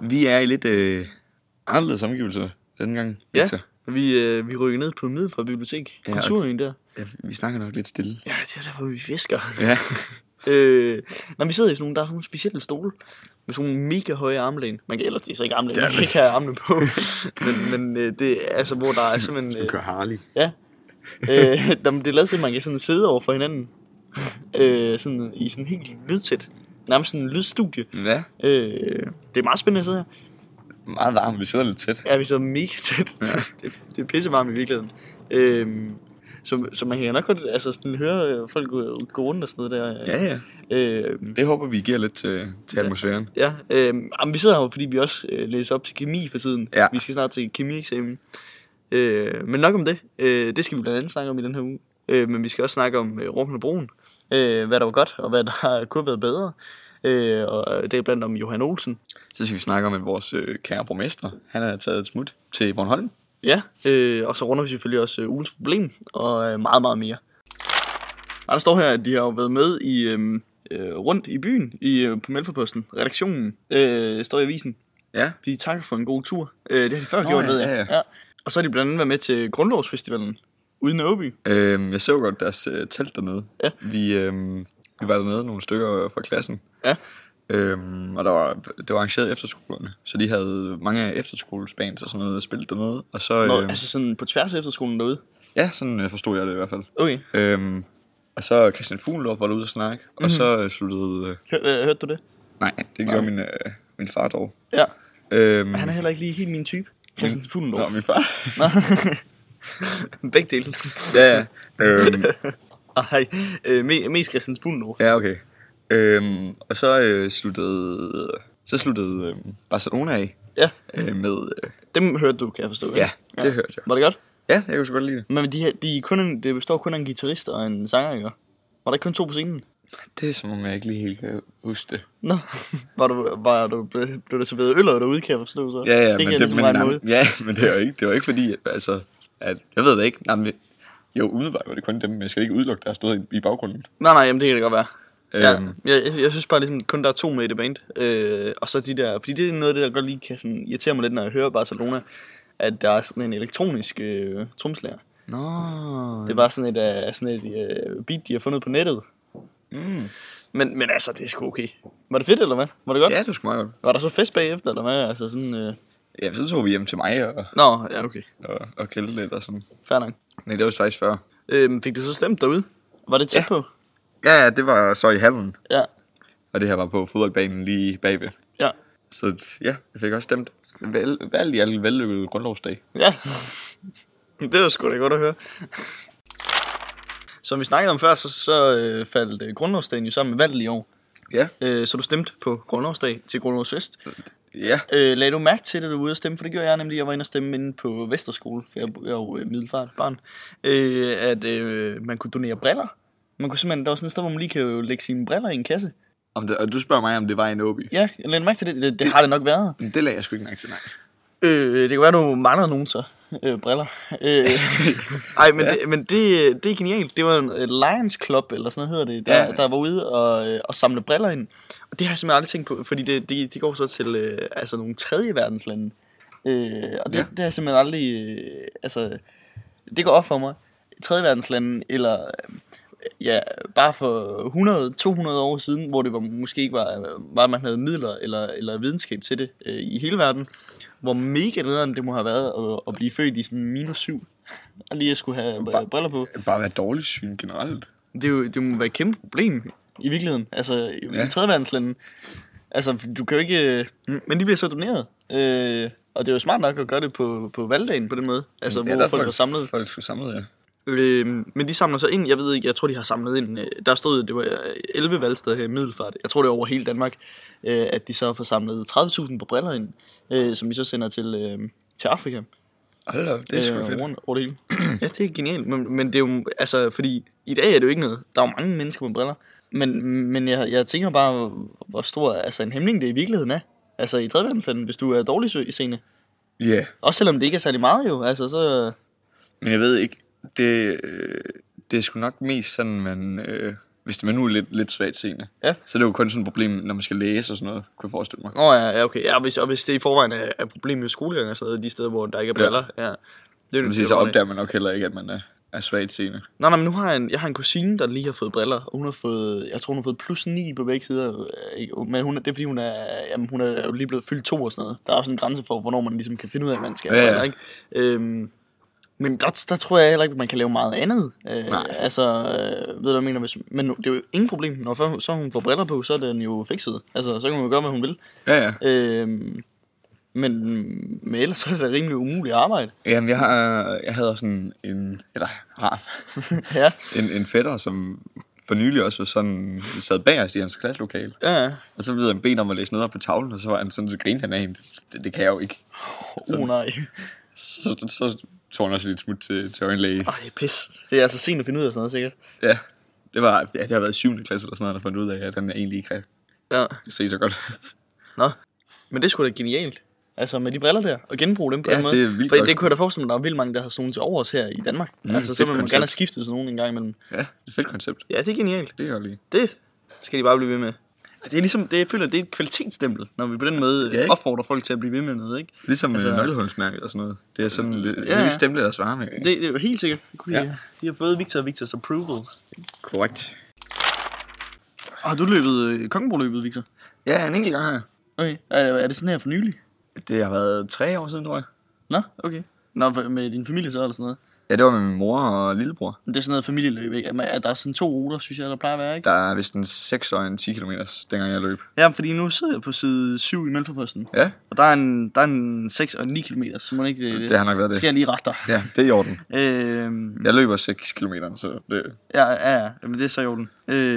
Vi er i lidt anderledes omgivelser denne gang. Ja, vi rykker ned på Middelfart Bibliotek. Kulturøen der. Ja, vi snakker nok lidt stille. Ja, det er der, hvor vi fisker. Ja. Når vi sidder i sådan nogle, der er sådan nogle specielle stole med sådan nogle mega høje armlæn. Man kan ellers, det er så ikke armlæn, man kan ikke have armene på. men det er altså, hvor der er simpelthen... Du kører Harley. Ja. Det er lavet til, at man kan sådan sidde over for hinanden. Sådan, i sådan helt lydtæt. Nærmest sådan en lydstudie. Ja. Det er meget spændende at sidde her. Meget varmt, vi sidder lidt tæt. Ja, vi sidder mega tæt. Ja. det er pissevarmt i virkeligheden. Så man kan nok godt sådan høre folk gå rundt og sådan noget der. Ja. Det håber vi giver lidt til atmosfæren. Ja, vi sidder her, fordi vi også læser op til kemi for tiden. Ja. Vi skal snart til kemieksamen. Men nok om det. Det skal vi blandt andet snakke om i den her uge. Men vi skal også snakke om Rumpen og Broen. Hvad der var godt, og hvad der kunne have været bedre. Og det er blandt om Johan Olsen. Så skal vi snakke om, at vores kære borgmester, han har taget et smut til Bornholm. Ja, og så runder vi selvfølgelig også ugens problem, og meget, meget mere. Og der står her, at de har jo været med i rundt i byen på Mælkeposten, redaktionen, står i avisen. Ja. De takker for en god tur. Det har de før gjort, ved jeg. Ja. Og så har de blandt andet været med til Grundlovsfestivalen ude i Åby. Jeg så godt deres telt dernede. Ja. Vi var dernede nogle stykker fra klassen. Ja. Og det var arrangeret efterskolerne, så de havde mange af efterskolesbands og sådan noget spillet dernede. Og så, altså sådan på tværs af efterskolen derude? Ja, sådan forstod jeg det i hvert fald. Okay. Og så Christian Fuglendorf var derude og snakke, og så sluttede... Hørte du det? Nej, det gjorde min far dog. Ja. Han er heller ikke lige helt min type. Christian Fuglendorf. Nå, min far. Begge dele. Ja. Mest Christian Fuglendorf. Ja, okay. Og så sluttede Barcelona af. Ja. Med dem hørte du, kan jeg forstå. Ja, det hørte jeg. Var det godt? Ja, jeg kunne så godt lide det. Men det består kun af en guitarist og en sanger, ikke? Var der ikke kun 2 på scenen? Det er som om jeg ikke lige helt kan huske det. Nå, blev der serveret øl derude, kan jeg forstå så? Ja, men det var ikke fordi, at jeg ved det ikke. Nej, jo, umiddelbart var det kun dem, men jeg skal ikke udelukke, der stod i baggrunden. Nej, jamen det kan det godt være. Jeg synes bare ligesom kun der er 2 med i det band. Og så de der, fordi det er noget af det, der godt lige kan sådan irritere mig lidt, når jeg hører Barcelona, at der er sådan en elektronisk tromslærer. Nå. Det er bare sådan et beat, de har fundet på nettet. Men altså, det er sgu okay. Var det fedt, eller hvad? Var det godt? Ja, det var sgu meget godt. Var der så fest bagefter, eller hvad? Altså sådan... Ja, så tog vi hjem til mig og... Nå, ja, okay. Og kældte lidt og sådan. Fair nok. Nej, det var faktisk før. Fik du så stemt derude? Var det tæt på? Ja, det var så i hallen. Ja. Og det her var på fodboldbanen lige bagved. Ja. Så ja, jeg fik også stemt. Valgt i alle vellykket grundlovsdag. Ja. Det var sgu da godt at høre. Som vi snakkede om før, så faldt grundlovsdagen jo sammen med valget i år. Ja. Så du stemte på grundlovsdag til grundlovsfest. Ja. Lagde du mærke til det, da du var ude at stemme? For det gjorde jeg nemlig. Jeg var inde og stemme inde på Vesterskole, for jeg er jo Middelfart barn. At man kunne donere briller. Man kunne simpelthen, der var sådan et sted, hvor man lige kan jo lægge sine briller i en kasse. Og du spørger mig, om det var i Åby? Ja, jeg lagde mærke til det. Det har det nok været. Det lagde jeg sgu ikke mærke til, nej. Det kan være, du mangler nogen så. Briller. Ej, men det er genialt. Det var en Lions Club, eller sådan noget hedder det, der var ude og samle briller ind. Og det har jeg simpelthen aldrig tænkt på, fordi de går så til nogle tredje verdenslande. Og det har jeg simpelthen aldrig... det går op for mig. Tredje verdenslande, eller... Ja, bare for 100-200 år siden, hvor det måske ikke var man havde midler eller videnskab til det i hele verden, hvor mega nederen det må have været at blive født i sådan -7, og lige at skulle have briller på. Bare være dårligt syn generelt. Det må være et kæmpe problem i virkeligheden, altså i tredje verdenslande. Altså, du kan jo ikke... Men de bliver så doneret. Og det er jo smart nok at gøre det på valgdagen på den måde. Altså, hvor folk var samlet. Folk skulle samlet, ja. Men de samler så ind, jeg ved ikke, jeg tror de har samlet ind, der stod, det var 11 valgsteder her i Middelfart, jeg tror det er over hele Danmark, at de så har fået samlet 30.000 på briller ind, som de så sender til Afrika. Hold da, det er sgu fedt. Over det hele. Ja, det er genialt, men det er jo, altså, fordi i dag er det jo ikke noget, der er jo mange mennesker med briller, men jeg tænker bare, hvor stor en hæmning det i virkeligheden er, altså i tredje verdenslande, hvis du er dårlig i scene. Ja. Yeah. Også selvom det ikke er særlig meget jo, altså så... Men jeg ved ikke, det er sgu nok mest sådan, man hvis det nu er lidt svagt seende, Ja. så er det jo kun sådan et problem, når man skal læse og sådan noget, kunne jeg forestille mig. Ja, okay. Ja, og hvis det i forvejen er problem med skolegang og sådan noget, de steder, hvor der ikke er briller, ja. Det vil sige, så opdager man nok heller ikke, at man er svagt seende. Nej, men nu har jeg har en kusine, der lige har fået briller, og hun har fået, jeg tror hun har fået +9 på begge sider, men det er fordi hun er jo lige blevet fyldt 2 og sådan noget. Der er også en grænse for, hvornår man ligesom kan finde ud af, at man skal have briller, ikke? Men der tror jeg heller ikke, at man kan lave meget andet. Altså, ved du hvad jeg mener? Men det er jo ingen problem. Når så hun får briller på, så er den jo fikset. Altså, så kan hun jo gøre, hvad hun vil. Ja. Men ellers så er det da rimelig umuligt arbejde. Jamen, jeg havde sådan en fætter, som for nylig også var sådan, sad bagerst i hans klasselokale. Ja. Og så blev han bedt om at læse noget op på tavlen, og så var han sådan, så grinede han af hende. Det kan jeg jo ikke. Nej. Så tog han også lidt smut til øjenlæge. Pis. Det er altså sent at finde ud af sådan noget, sikkert. Ja, det har været i 7. klasse eller sådan noget, der fandt ud af, at han egentlig ikke kan se så godt. Nå, men det er sgu da genialt. Altså med de briller der, og genbruge dem på den måde. Det er vildt for godt. det kunne jeg da forestille mig, der er vildt mange, der har sådan nogle til overs her i Danmark. Altså så vil man gerne have skiftet sådan nogle en gang imellem. Ja, det er et fedt koncept. Ja, det er genialt. Det er lige. Det skal de bare blive ved med. Det er ligesom, jeg føler, det er et kvalitetsstempel, når vi på den måde opfordrer folk til at blive ved med noget, ikke? Ligesom nøglehulsmærket og sådan noget. Det er sådan lidt stemplet at svare med. Det er jo helt sikkert. De har fået Victors approval. Korrekt. Har du løbet Kongebro-løbet, Victor? Ja, en enkelt gang her. Okay. Er det sådan her for nylig? Det har været 3 år siden, tror jeg. Nå, okay. Nå, med din familie så, eller sådan noget? Ja, det var med min mor og lillebror. Det er sådan noget familieløb, ikke? Er der sådan 2 ruter, synes jeg, der plejer at være, ikke? Der er vist en 6 og en 10 km, dengang jeg løb. Ja, fordi nu sidder jeg på side 7 i Mælkeposten. Ja. Og der er en 6 og en 9 km, så må det ikke... Det har nok været det. Skal jeg lige rette dig. Ja, det er i orden. Jeg løber 6 km, så det... Ja, men det er så i orden.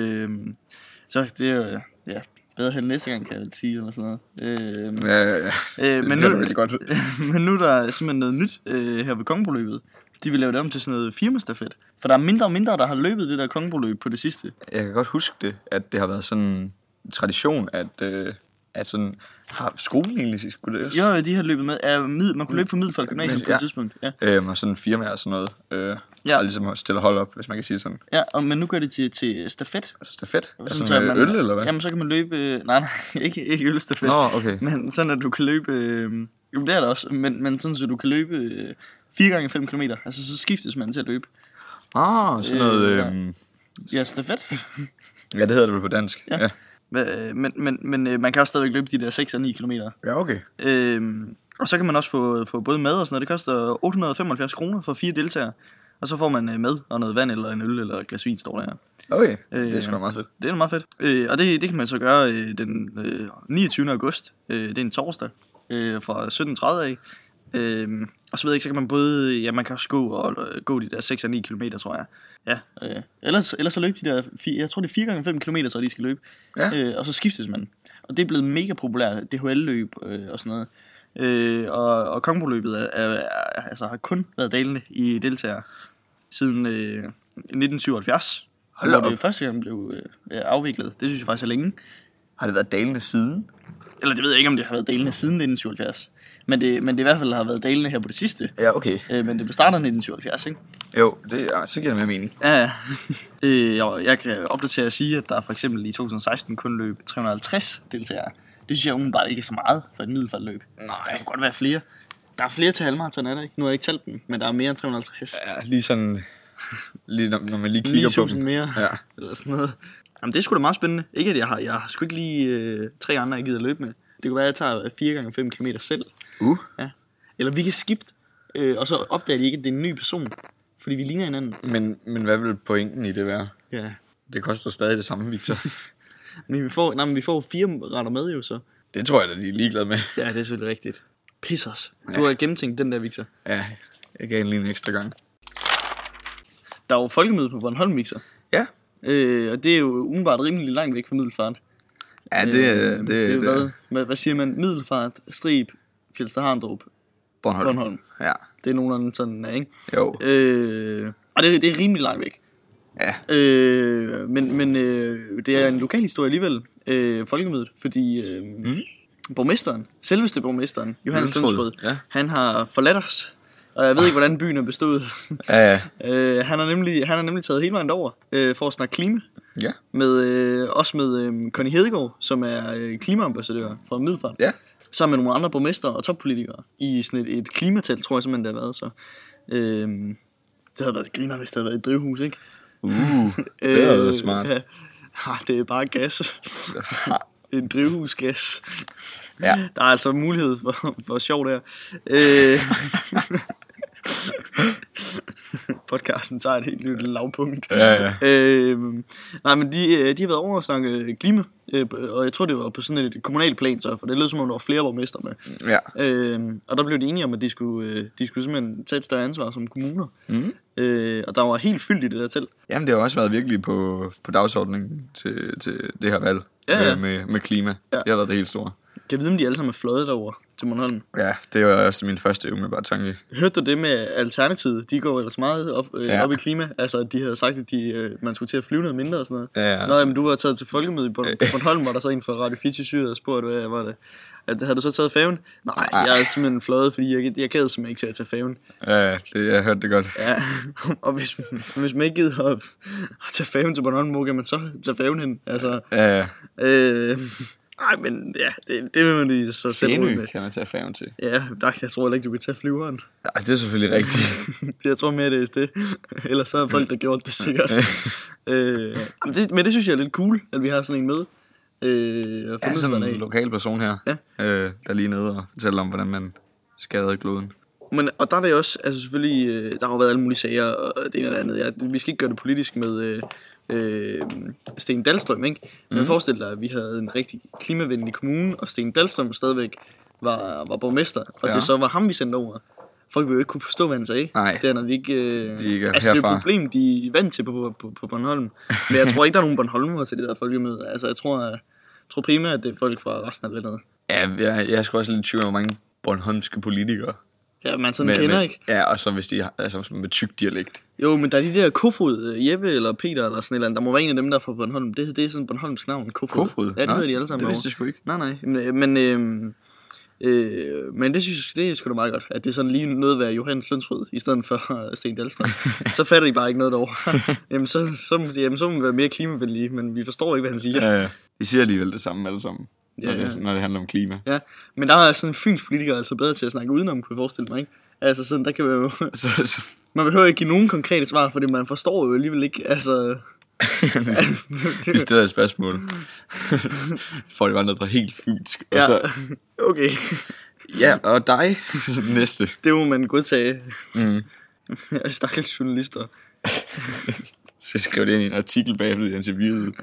Så det er jo... Ja, bedre hen næste gang, kan jeg sige, eller sådan noget. Men nu, det godt. men nu er der simpelthen noget nyt her ved Kongebro-løbet. De vil lave det om til sådan noget firmastafet. For der er mindre og mindre, der har løbet det der Kongebro-løb på det sidste. Jeg kan godt huske det, at det har været sådan en tradition, at sådan... Har skolen egentlig skulle det også? Jo, de har løbet med. Man kunne løbe for Middelfart Gymnasium på et tidspunkt. Ja. Og sådan en firma og sådan noget. Og ligesom stille hold op, hvis man kan sige sådan. Ja, men nu gør det til stafet. Stafet? Sådan, så med øl, eller hvad? Jamen, så kan man løbe... Nej, ikke ølstafet. Nå, okay. Men sådan, at du kan løbe... Jo, det er der også. Men sådan, så du kan løbe 4 gange 5 km. Altså, så skiftes man til at løbe. Sådan noget... Ja, stafet. Ja, det hedder det vel på dansk. Ja. Men man kan også stadigvæk løbe de der 6 og 9 km. Ja, okay. Og så kan man også få både mad og sådan noget. Det koster 875 kroner for 4 deltagere. Og så får man mad og noget vand eller en øl eller et glas vin, står der her. Okay, det er sgu da meget fedt. Det er meget fedt. Og det kan man så gøre den 29. august. Det er en torsdag fra 17.30 af. Og så ved jeg ikke, så kan man både... Ja, man kan også gå de der 6 og 9 km, tror jeg. Ja. Ellers så løb de der... Jeg tror, det er 4 gange 5 km, så de skal løbe. Ja. Og så skiftes man. Og det er blevet mega populært. DHL-løb og sådan noget. Og Kongebro-løbet altså, har kun været dalende i deltagere siden 1977. Hvor det første gang blev afviklet. Det synes jeg faktisk er længe. Har det været dalende siden? Eller det ved jeg ikke, om det har været dalende siden 1977. Men det i hvert fald har været dalende her på det sidste. Ja, okay. Men det blev startet i 1977, ikke? Jo, så giver det mere mening. Ja. Jeg kan opdatere at sige, at der for eksempel i 2016 kun løb 350 deltagere. Det synes jeg umiddelbart ikke er så meget for et middelfartløb. Nej. Der kan godt være flere. Der er flere til halvmarathon, er der ikke? Nu har jeg ikke talt dem, men der er mere end 350. Ja, lige sådan... Lige når man lige kigger på dem. mere, eller sådan noget. Jamen det er sgu da meget spændende. Ikke at jeg har sgu ikke lige 3 andre, jeg gider løbe med. Det kunne være, at jeg tager 4 gange 5 km selv. Ja. Eller vi kan skifte, og så opdager de ikke, at det er en ny person. Fordi vi ligner hinanden. Men hvad vil pointen i det være? Ja. Det koster stadig det samme, Victor. Men vi får 4 retter med jo så. Det tror jeg da, de er ligeglade med. Ja, det er selvfølgelig rigtigt. Pis os. Du har gennemtænkt den der, Victor. Ja, jeg gav den lige en ekstra gang. Der er jo folkemøde på Bornholm, Victor. Ja. Og det er jo umiddelbart rimelig langt væk fra Middelfart. Ja, det er hvad siger man? Middelfart, Strib, Fjeldsted-Harndrup, Bornholm. Ja. Det er nogenlunde sådan, ikke? Jo. Og det er rimelig langt væk. Ja. Men det er en lokal historie alligevel, folkemødet, fordi borgmesteren, selveste borgmesteren, Johannes Lundsrød, han har forladt os. Og jeg ved ikke, hvordan byen er bestået. Ja. Han har nemlig taget hele vejen over for at snakke klima. Ja. Også med Connie Hedegaard, som er klimaambassadør for Middelfart. Ja. Sammen med nogle andre borgmester og toppolitikere i sådan et klimatelt, tror jeg simpelthen, det har været så. Det havde været griner, hvis det havde været et drivhus, ikke? Det er smart. Ja. Det er bare gas. En drivhusgas. Ja. Der er altså mulighed for sjov der. Podcasten tager et helt nyt lavpunkt. Ja. Nej, men de har været over at snakke klima, og jeg tror det var på sådan et kommunalt plan, så for det lød som om der var flere borgmester med. Ja. Og der blev de enige om, at de skulle simpelthen tage et større ansvar som kommuner. Og der var helt fyldt i det der telt. Jamen, det har også været virkelig på dagsordenen til det her valg med klima. Ja. Det har været det helt store. Kan jeg vide, om de alle sammen er fløjet derover til Bornholm? Ja, det var også min første umiddelbare tanke. Hørte du det med Alternativet? De går ellers meget op i klima. Altså, at de havde sagt, at man skulle til at flyve noget mindre og sådan noget. Ja. Nå, jamen, du var taget til folkemøde på Bornholm, var der så en fra Radio 24 og spurgte, hvad var det? Havde du så taget færgen? Nej, jeg er simpelthen fløjet, fordi jeg gad simpelthen ikke til at tage færgen. Ja, jeg hørte det godt. Ja, og hvis man ikke gider at tage færgen til Bornholm, hvor kan man så tage færgen hen? Altså, Ja. Nej, men ja, det vil man lige så selv Fænø kan man tage færgen til. Ja, jeg tror ikke, du kan tage flyveren. Ja, det er selvfølgelig rigtigt. Jeg tror mere, det er det. Ellers så har folk, der gjort det sikkert. Men det synes jeg er lidt cool, at vi har sådan en med. Ja, sådan en lokal person her, der er lige nede og fortæller om, hvordan man skader kloden. Og der er det også, altså selvfølgelig, der har jo været alle mulige sager, og det ene og det andet. Ja, vi skal ikke gøre det politisk med Sten Dahlstrøm, ikke? Men forestil dig, at vi havde en rigtig klimavenlig kommune, og Sten Dahlstrøm stadigvæk var borgmester, og det så var ham, vi sendte over. Folk vil jo ikke kunne forstå, hvad han sagde. Nej, det er, når de ikke ikke altså, det er et problem, de er vant til på Bornholm. Men jeg tror ikke, der er nogen Bornholmere til det der folkemøde. Altså, jeg tror primært, at det er folk fra resten af landet. Ja, jeg er sgu også lidt i tvivl om, hvor mange bornholmske politikere. Ja, man sådan kender ikke. Ja, og så hvis de altså med tyk dialekt. Jo, men der er de der Kofod, Jeppe eller Peter eller sådan et eller andet. Der må være en af dem, der er fra Bornholm. Det er sådan Bornholms navn, Kofod. Ja, det hedder de alle sammen. Det vidste jeg sgu ikke. Nej. Men det synes jeg, det er sgu da meget godt, at det er sådan lige noget ved Johannes Lønsrød i stedet for Sten Dahlstrøm. Så fatter I bare ikke noget derovre. Jamen, så må vi være mere klimavenlige, men vi forstår ikke, hvad han siger. Ja. De siger alligevel det samme alle sammen, når det handler om klima. Ja, men der er sådan en fyns politiker altså bedre til at snakke udenom, kunne jeg forestille mig, ikke? Altså sådan, der kan være jo... Man behøver ikke give nogen konkrete svar, fordi man forstår jo alligevel ikke, altså... I stedet af et spørgsmål får det bare noget på helt fynsk. Ja, og så... okay. Ja, og dig næste. Det må man godtage. Stakkels journalister. Så jeg skrive det ind i en artikel bagved i interviewet.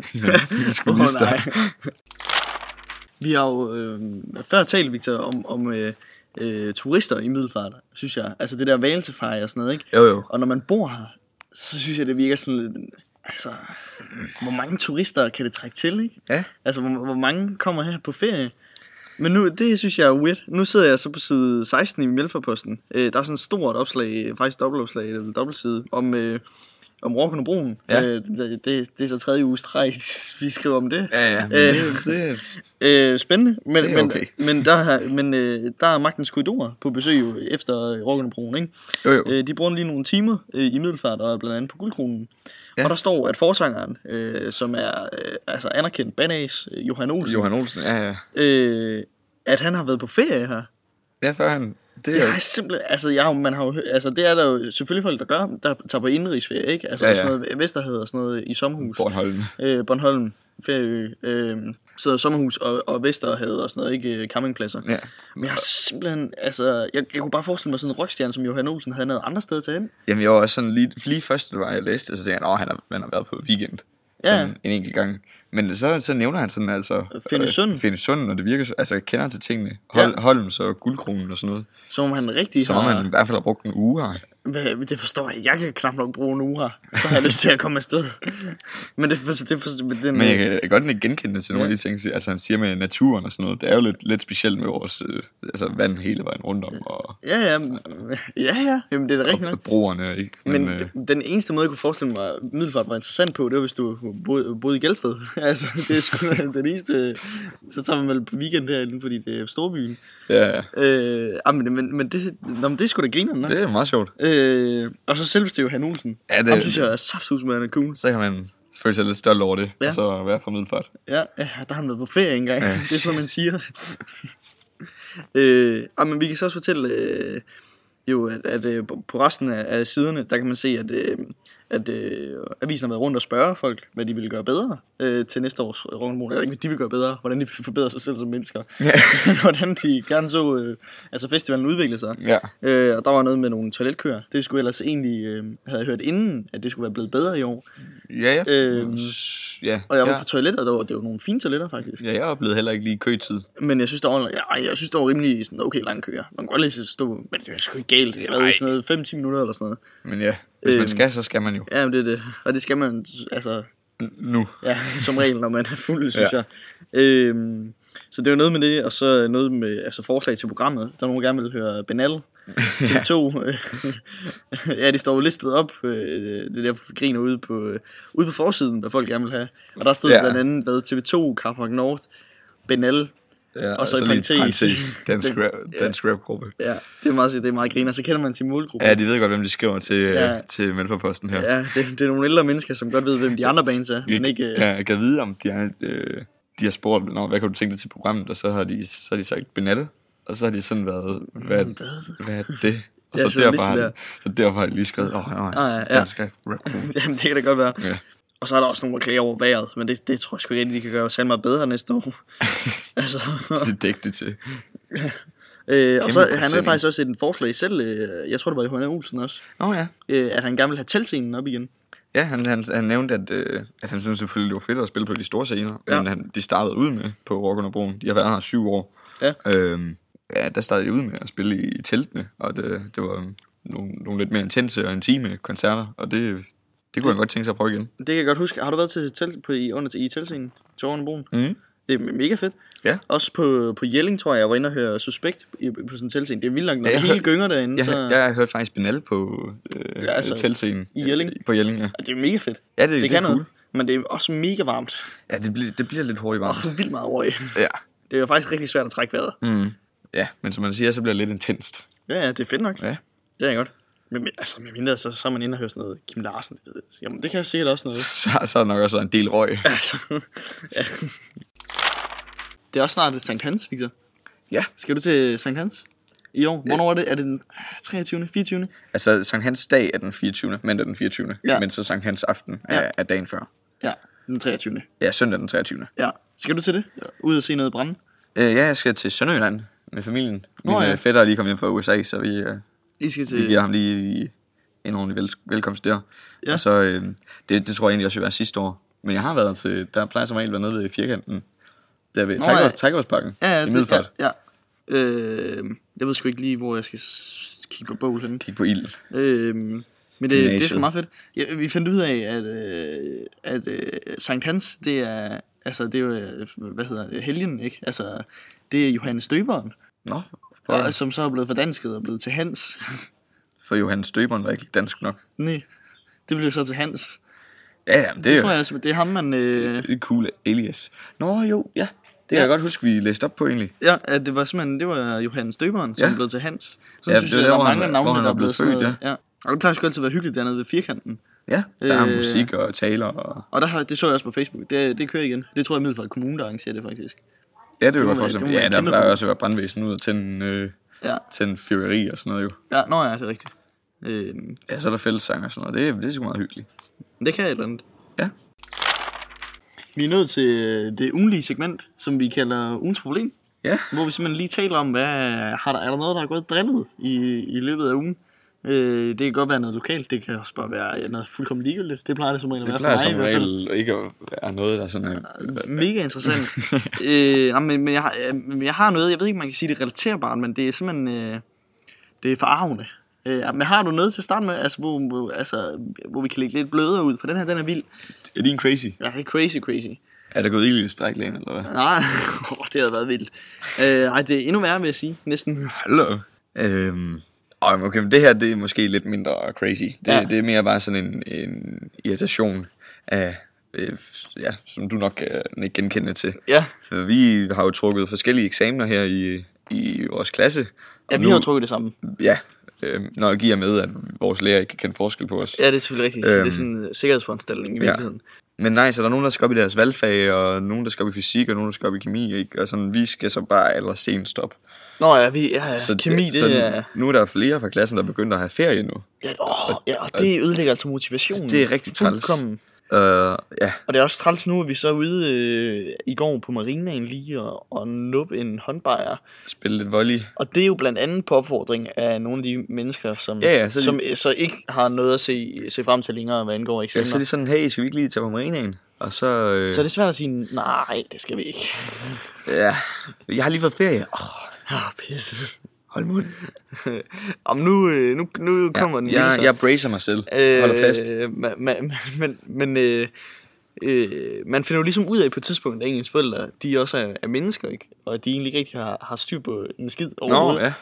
Vi har jo før talt, Victor, om turister i Middelfart, synes jeg. Altså det der valsefej og sådan noget, ikke? Jo. Og når man bor her, så synes jeg, det virker sådan lidt... Altså, hvor mange turister kan det trække til, ikke? Ja. Altså, hvor mange kommer her på ferie? Men nu, det synes jeg er weird. Nu sidder jeg så på side 16 i Mælferposten. Der er sådan et stort opslag, faktisk dobbeltopslag, eller dobbeltside, om Råkundebroen. Ja. Det er så 3. uges træk, vi skriver om det. Ja. Spændende. Men der er Magtens Korridorer på besøg jo efter Råkundebroen, ikke? Jo. De bruger lige nogle timer i Middelfart, og blandt andet på Guldkronen. Ja. Og der står, at forsangeren, som er altså anerkendt bandas, Johan Olsen, at han har været på ferie her. Ja, før han... Det er simpelthen, altså man har jo, altså det er der jo selvfølgelig folk, der gør, der tager på indenrigsferie, ikke? Altså sådan noget Vesterhed og sådan noget i sommerhus. Bornholm, Færø, så sommerhus og Vesterhed og sådan noget, ikke? Campingpladser. Ja. Men jeg har simpelthen, altså, jeg kunne bare forestille mig sådan en rockstjerne, som Johan Olsen havde noget andre steder til hen. Jamen jeg var også sådan lige først, da jeg læste, så tænkte jeg, han har været på weekend. En enkelt gang. Men så nævner han sådan altså Finnesund, og det virker så, altså jeg kender til tingene. Holms og Guldkronen og sådan noget. Som han rigtig som han i hvert fald har brugt en uge her. Det forstår jeg. Jeg kan knap nok bruge en uge her. Så har jeg lyst til at komme afsted. Men men jeg kan godt ikke genkende det til nogle af de ting. Altså han siger med naturen og sådan noget. Det er jo lidt specielt med vores vand hele vejen rundt om. Og, ja. Jamen det er da rigtigt nok. Og broerne, ikke? Men den eneste måde, jeg kunne forestille mig, at Middelfart var interessant på, det var, hvis du boede i Gelsted. Altså det er sgu den eneste. Så tager man vel på weekend herinde, fordi det er storbyen. Ja. Men det er sgu da grinerne. Det er meget sjovt. Og så selveste Johan Olsen. Ja, ham synes jeg er saftsus, man er cool. Så kan man føler sig lidt stolt over det, og så være fra Middelfart. Ja, der har han været på ferie engang, det er sådan, man siger. Men vi kan så også fortælle, at på resten af siderne, der kan man se, at avisen har været rundt og spørge folk, hvad de ville gøre bedre til næste års Rock'n'Roll. Jeg ved ikke, hvad de vil gøre bedre, hvordan de vil forbedre sig selv som mennesker. Hvordan de gerne så festivalen udvikle sig. Og der var noget med nogle toiletkøer. Det skulle ellers egentlig, havde jeg hørt inden, at det skulle være blevet bedre i år. Og jeg var på toiletter, det var nogle fine toiletter faktisk. Ja, jeg oplevede heller ikke lige køtid. Men jeg synes, der var rimelig sådan, okay lang køer. Man kunne godt lige stå, men det var sgu ikke galt. Jeg var i sådan noget 5-10 minutter eller sådan noget. Men ja, hvis man skal, så skal man jo. Ja, det er det. Og det skal man, altså... Nu. Ja, som regel, når man er fuld, synes jeg. Så det var noget med det, og så noget med forslag til programmet. Der er nogen, der gerne vil høre Benal. TV2. Ja, de står jo listet op. Det der griner ude på forsiden, hvad folk gerne vil have. Og der stod blandt andet TV2, Carpark North, Benal. Ja, og så i parentes dansk rap-gruppe. Ja, det er meget griner. Så kender man sin målgruppe. Ja, de ved godt, hvem de skriver til Mælkeposten her. Ja, det er nogle ældre mennesker, som godt ved, hvem de andre bands er. Men ikke, jeg kan vide, om de har spurgt, hvad kan du tænke dig til programmet, og så har de sagt Benal, og så har de sådan været, hvad er det? Og så derfor har de lige skrevet, dansk rap-gruppe. Jamen, det kan da godt være. Ja. Og så er der også nogle, der klager over vejret, men det tror jeg sgu ikke, de kan gøre selv meget bedre næste år. Altså. Det er dækket til. Og så han havde faktisk også et forslag selv, jeg tror det var Johan Olsen også, at han gerne ville have teltscenen op igen. Ja, han nævnte, at han synes selvfølgelig, det var fedt at spille på de store scener, men de startede ud med på Rock under Broen. De har været her 7 år. Ja. Der startede de ud med at spille i teltene, og det var nogle lidt mere intense og intime koncerter, og det kunne jeg godt tænke sig at prøve igen. Det kan jeg godt huske. Har du været til telt i teltscenen til Rock under Broen? Mm. Det er mega fedt. Ja. Også på Jelling, tror jeg var inde og høre Suspekt på sådan en teltscene. Det er vildt nok, når det hele gynger derinde. Jeg har hørt faktisk Benal på teltscenen. I Jelling? På Jelling, ja. Det er mega fedt. Ja, det kan cool. Noget. Men det er også mega varmt. Ja, det bliver lidt hurtigt varmt. Vildt meget hurtigt. Ja. Det er jo faktisk rigtig svært at trække vejret. Mm. Ja, men som man siger, så bliver det lidt intenst. Ja, det er fedt nok. Ja. Det er godt. Men altså, med mindre, så er man inde og hører sådan noget Kim Larsen. Jamen, det kan jeg sikkert også noget. Så har der nok også været en del røg. Altså, ja. Det er også snart Sankt Hans, Victor. Ja. Skal du til Sankt Hans i år? Hvornår er det? Er det den 23. 24. Altså, Sankt Hans dag er den 24. Mandag den 24. Ja. Men så Sankt Hans aften er dagen før. Ja, den 23. Ja, søndag den 23. Ja. Skal du til det? Ud og se noget brænde? Ja, jeg skal til Sønderjylland med familien. Min fætter er lige kommet hjem fra USA, så vi giver ham lige en ordentlig velkomst der. Ja. Og så, det tror jeg egentlig også vil være sidste år. Men jeg har været til, der plejer som regel at være nede ved Firkanten. Der ved Tigersparken i Middelfart. Ja. Jeg ved sgu ikke lige, hvor jeg skal kigge på bål henne. Kigge på ild. Men det er sgu meget fedt. Ja, vi fandt ud af, at Sankt Hans, det er jo, helgen, ikke? Altså, det er Johannes Døberen. Nå, som så er blevet fordansket og blevet til Hans. For Johannes Døberen var ikke dansk nok. Nej, det blev så til Hans. Ja, det tror jeg altså, det er ham, man... Det er cool alias. Nå jo, ja. Det kan jeg godt huske, vi læste op på egentlig. Ja, det var simpelthen, det var Johannes Døberen, som blev til Hans. Så synes jeg, der var mange navne, der er blevet født, ja. Og det plejer sgu altid at være hyggeligt dernede ved Firkanten. Ja, der er musik og taler. Og det så jeg også på Facebook. Det kører igen. Det tror jeg Middelfart Kommune, der arrangerer det faktisk. Ja, det var for eksempel. Ja, der plejer også at være brandvæsen ud og tænde fyrværkeri og sådan noget jo. Ja, det er rigtigt. Ja, så er der fællessang og sådan noget. Det er sgu meget hyggeligt. Det kan et eller andet. Ja. Vi er nået til det ugenlige segment, som vi kalder ugens problem. Ja. Hvor vi simpelthen lige taler om, er der noget, der har gået drillet i løbet af ugen. Det kan godt være noget lokalt, det kan også bare være noget fuldkommen ligegyldigt. Det plejer det som regel at være for mig. Det plejer som regel ikke at være noget, der sådan mega interessant. Men jeg har noget, jeg ved ikke, man kan sige det relaterbart, men det er simpelthen det er forarvende. Men har du noget til at starte med, altså, hvor vi kan lægge lidt blødere ud, for den her, den er vild. Er det en crazy? Ja, det er crazy. Er der gået ild i stræklægen, eller hvad? Nej, det havde været vildt. Nej, det er endnu værre, vil jeg sige, næsten. Hallo. Okay, men det her, det er måske lidt mindre crazy. Det er mere bare sådan en irritation af, som du nok kan genkende til. Ja. For vi har jo trukket forskellige eksamener her i vores klasse. Ja, vi har jo trukket det samme. Ja, når jeg giver med, at vores lærer ikke kan kende forskel på os. Ja, det er selvfølgelig rigtigt. Så det er sådan en sikkerhedsforanstaltning i virkeligheden. Men nej, så der er nogen, der skal op i deres valgfag, og nogen, der skal op i fysik, og nogen, der skal op i kemi, ikke? Og sådan, vi skal så bare allersenest op. Nå ja, så kemi, det er... Nu er der flere fra klassen, der begynder at have ferie nu. Ja, og det ødelægger altså motivationen. Det er rigtig træls. Ja. Og det er også træls nu, at vi så er ude i går på marinaen lige og nuppe en håndbajer. Spille lidt volley. Og det er jo blandt andet på opfordring af nogle af de mennesker, som så ikke har noget at se frem til længere, hvad angår eksamener. Ja, så er det sådan, hey, skal vi ikke lige tage på marinaen? Og så er det svært at sige, nej, det skal vi ikke. Ja, jeg har lige fået ferie. Pisse. Hold mund. Nu kommer den. Jeg bracer mig selv. Holder fast. Man finder jo ligesom ud af på et tidspunkt, at ens forældre, de også er mennesker, ikke? Og at de egentlig ikke rigtig har styr på en skid overhovedet.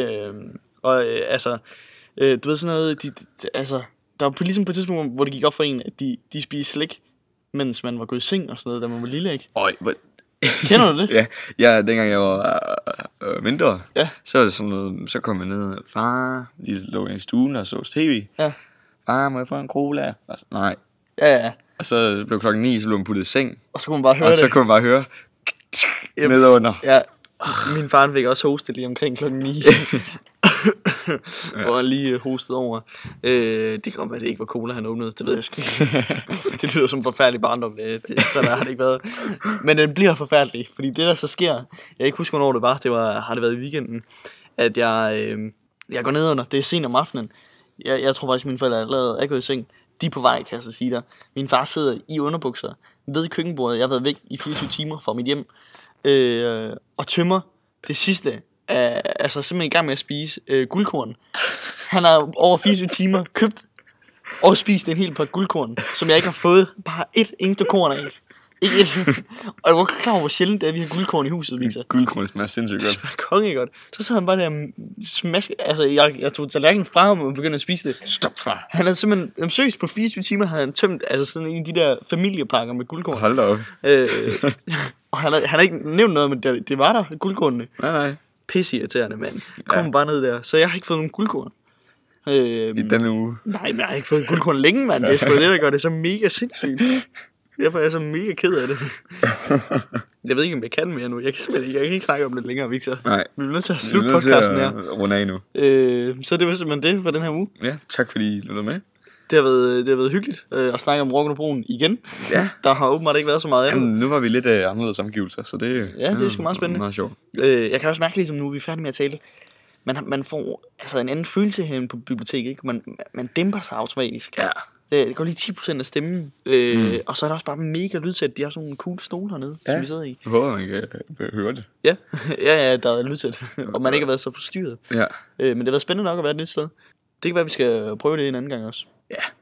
Du ved sådan noget, der var ligesom på et tidspunkt, hvor det gik op for en, at de spiste slik, mens man var gået i seng og sådan noget, da man var lille, ikke? Kender du det? Ja, dengang jeg var mindre, så var det sådan noget, så kom jeg ned, far, de lå i stuen og så tv. Ja. Far, må jeg få en cola? Nej. Ja. Og så blev 9:00, så blev man puttet i seng. Og så kunne man bare høre så kunne man bare høre nedunder. Ja. Min far fik også hostet lige omkring 9:00. Hvor han lige hostede over. Det kan godt være, det ikke var cola, han åbnede. Det ved jeg sgu ikke. Det lyder som en forfærdelig barndom. Så der har det ikke været. Men den bliver forfærdelig. Fordi det der så sker, jeg kan ikke huske, hvornår det var. Har det været i weekenden, at jeg går ned under. Det er sent om aftenen. Jeg tror faktisk, mine forældre allerede er gået i seng. De er på vej, kan jeg så sige der. Min far sidder i underbukser ved køkkenbordet. Jeg har været væk i 24 timer fra mit hjem. Og tømmer det sidste. Altså simpelthen i gang med at spise guldkorn. Han har over 24 timer købt og spist en hel par guldkorn, som jeg ikke har fået bare et eneste korn af. Ikke et. Og jeg var klar over, hvor sjældent det er, at vi har guldkorn i huset, Victor. Guldkorn smager sindssygt godt. Det smager konge godt. Så sad han bare der smask. Altså, jeg tog tallerkenen fra ham og begyndte at spise det. Stop, far. Han havde simpelthen, seriøst på 24 timer havde han tømt altså sådan en af de der familiepakker med guldkorn. Hold da op. Og han har ikke nævnt noget, men det var der, guldkornene. Nej. Pisse irriterende, mand. Kom bare ned der. Så jeg har ikke fået nogen guldkorn. I denne uge. Nej, men jeg har ikke fået guldkorn længe, mand. Det er sgu det, der gør det så mega sindssygt. Derfor er jeg så mega ked af det. Jeg ved ikke, om jeg kan mere nu. Jeg kan ikke snakke om det længere, Victor. Nej. Vi bliver nødt til at slutte podcasten her. Runde af nu. Så det var simpelthen det for den her uge. Ja, tak fordi I lyttede med. Det har været hyggeligt at snakke om Rock Broen igen. Ja. Der har åbenbart ikke været så meget af det. Nu var vi lidt anderledes omgivelser, så det... Ja, det er sgu meget spændende. Meget sjovt. Jeg kan også mærke, ligesom nu vi er færdige med at tale, man får altså en anden følelse herinde på biblioteket, ikke? Man dæmper sig automatisk. Ja. Det går lige 10% af stemmen. Og så er der også bare mega lydtæt. De har sådan nogle cool stole hernede, som vi sidder i. Jeg håber, man kan høre det. Ja, der er lydtæt. Og man ikke har været så forstyrret. Ja. Men det har været spændende nok at være et nyt sted. Det kan være, vi skal prøve det en anden gang også. Ja,